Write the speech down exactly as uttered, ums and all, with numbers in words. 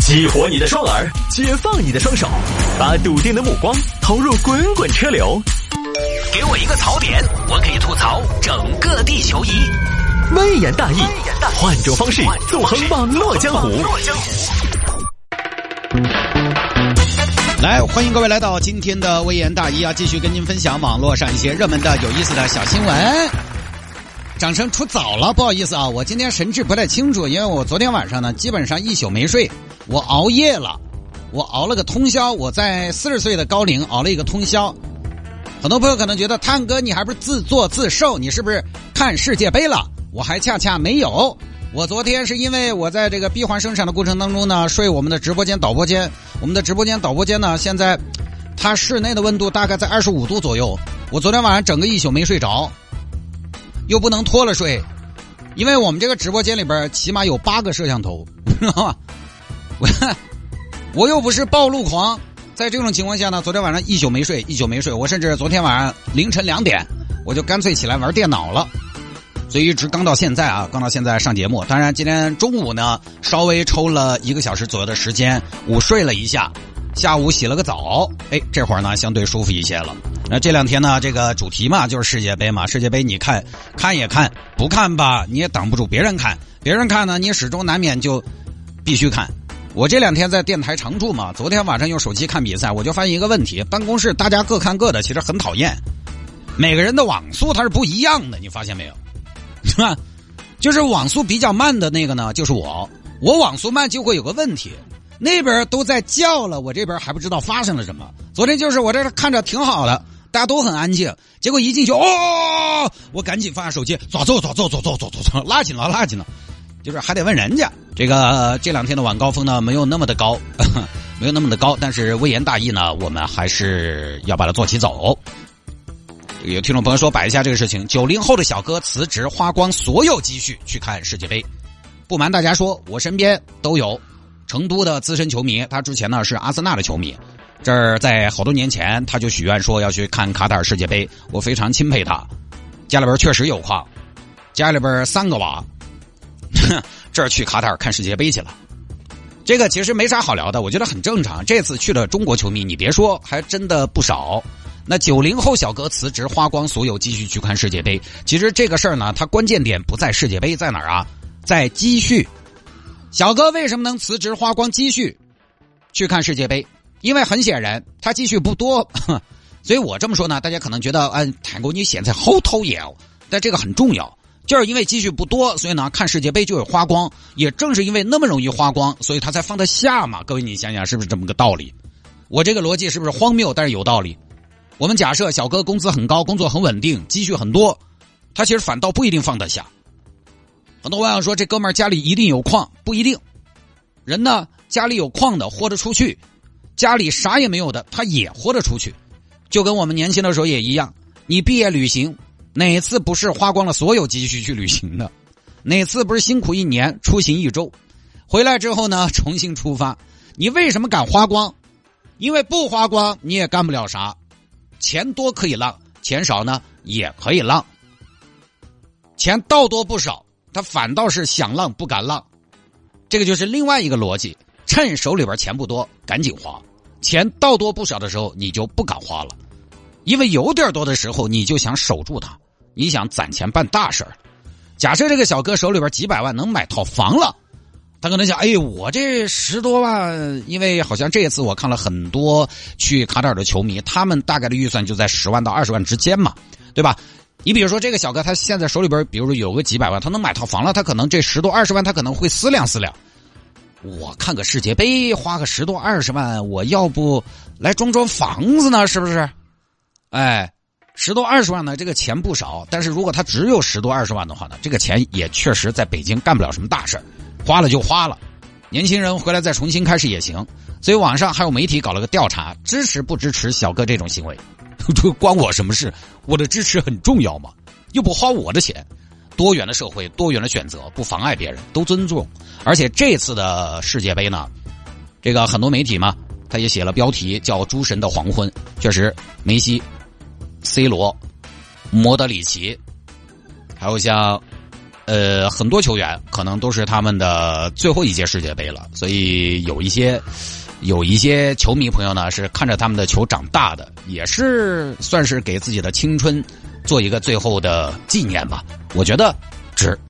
激活你的双耳，解放你的双手，把笃定的目光投入滚滚车流。给我一个槽点，我可以吐槽整个地球仪。微言大义，换种方式纵横网络江湖。 来，欢迎各位来到今天的微言大义啊，继续跟您分享网络上一些热门的有意思的小新闻。掌声出早了，不好意思啊，我今天神志不太清楚，因为我昨天晚上呢基本上一宿没睡，我熬夜了，我熬了个通宵，我在四十岁的高龄熬了一个通宵。很多朋友可能觉得探哥你还不是自作自受，你是不是看世界杯了？我还恰恰没有。我昨天是因为我在这个闭环生产的过程当中呢，睡我们的直播间导播间，我们的直播间导播间呢，现在它室内的温度大概在二十五度左右，我昨天晚上整个一宿没睡着，又不能拖了睡，因为我们这个直播间里边起码有八个摄像头，我我又不是暴露狂，在这种情况下呢，昨天晚上一宿没睡，一宿没睡，我甚至昨天晚上凌晨两点，我就干脆起来玩电脑了，所以一直刚到现在啊，刚到现在上节目。当然今天中午呢，稍微抽了一个小时左右的时间，午睡了一下，下午洗了个澡，哎，这会儿呢相对舒服一些了。那这两天呢，这个主题嘛就是世界杯嘛，世界杯你看看也看，不看吧你也挡不住别人看，别人看呢你始终难免就必须看。我这两天在电台常驻嘛，昨天晚上用手机看比赛，我就发现一个问题，办公室大家各看各的，其实很讨厌，每个人的网速它是不一样的，你发现没有？是吧？就是网速比较慢的那个呢，就是我，我网速慢就会有个问题，那边都在叫了，我这边还不知道发生了什么。昨天就是我这看着挺好的，大家都很安静，结果一进去，哦，我赶紧放下手机，走走走走走走走走，拉紧了拉紧了，就是还得问人家。这个这两天的晚高峰呢，没有那么的高，呵呵没有那么的高，但是微言大义呢，我们还是要把它做起走。有听众朋友说摆一下这个事情，九零后的小哥辞职花光所有积蓄去看世界杯。不瞒大家说，我身边都有成都的资深球迷，他之前呢是阿森纳的球迷，这儿在好多年前他就许愿说要去看卡塔尔世界杯，我非常钦佩他，家里边确实有矿，家里边三个娃，这儿去卡塔尔看世界杯去了。这个其实没啥好聊的，我觉得很正常，这次去的中国球迷你别说还真的不少。那九零后小哥辞职花光所有积蓄去看世界杯，其实这个事儿呢，它关键点不在世界杯，在哪儿啊？在积蓄。小哥为什么能辞职花光积蓄去看世界杯？因为很显然他积蓄不多，所以我这么说呢，大家可能觉得，嗯，坦哥你现在好讨厌哦，但这个很重要，就是因为积蓄不多，所以呢看世界杯就有花光，也正是因为那么容易花光，所以他才放得下嘛。各位你想想是不是这么个道理？我这个逻辑是不是荒谬，但是有道理？我们假设小哥工资很高，工作很稳定，积蓄很多，他其实反倒不一定放得下。很多网友说这哥们儿家里一定有矿，不一定。人呢，家里有矿的豁得出去，家里啥也没有的他也豁得出去。就跟我们年轻的时候也一样，你毕业旅行，哪次不是花光了所有积蓄去旅行的？哪次不是辛苦一年出行一周，回来之后呢重新出发？你为什么敢花光？因为不花光你也干不了啥。钱多可以浪，钱少呢也可以浪。钱倒多不少，他反倒是想浪不敢浪。这个就是另外一个逻辑，趁手里边钱不多赶紧花，钱倒多不少的时候你就不敢花了，因为有点多的时候你就想守住它，你想攒钱办大事儿。假设这个小哥手里边几百万能买套房了，他可能想，哎，我这十多万，因为好像这一次我看了很多去卡塔尔的球迷，他们大概的预算就在十万到二十万之间嘛，对吧？你比如说这个小哥，他现在手里边，比如说有个几百万，他能买套房了，他可能这十多二十万，他可能会思量思量。我看个世界杯，花个十多二十万，我要不来装装房子呢？是不是？哎，十多二十万呢，这个钱不少，但是如果他只有十多二十万的话呢，这个钱也确实在北京干不了什么大事儿。花了就花了，年轻人回来再重新开始也行。所以网上还有媒体搞了个调查，支持不支持小哥这种行为？这关我什么事？我的支持很重要嘛，又不花我的钱。多元的社会，多元的选择，不妨碍别人，都尊重。而且这次的世界杯呢，这个很多媒体嘛，他也写了标题叫《诸神的黄昏》。确实，梅西、C 罗、莫德里奇，还有像呃，很多球员可能都是他们的最后一届世界杯了，所以有一些有一些球迷朋友呢是看着他们的球长大的，也是算是给自己的青春做一个最后的纪念吧。我觉得值。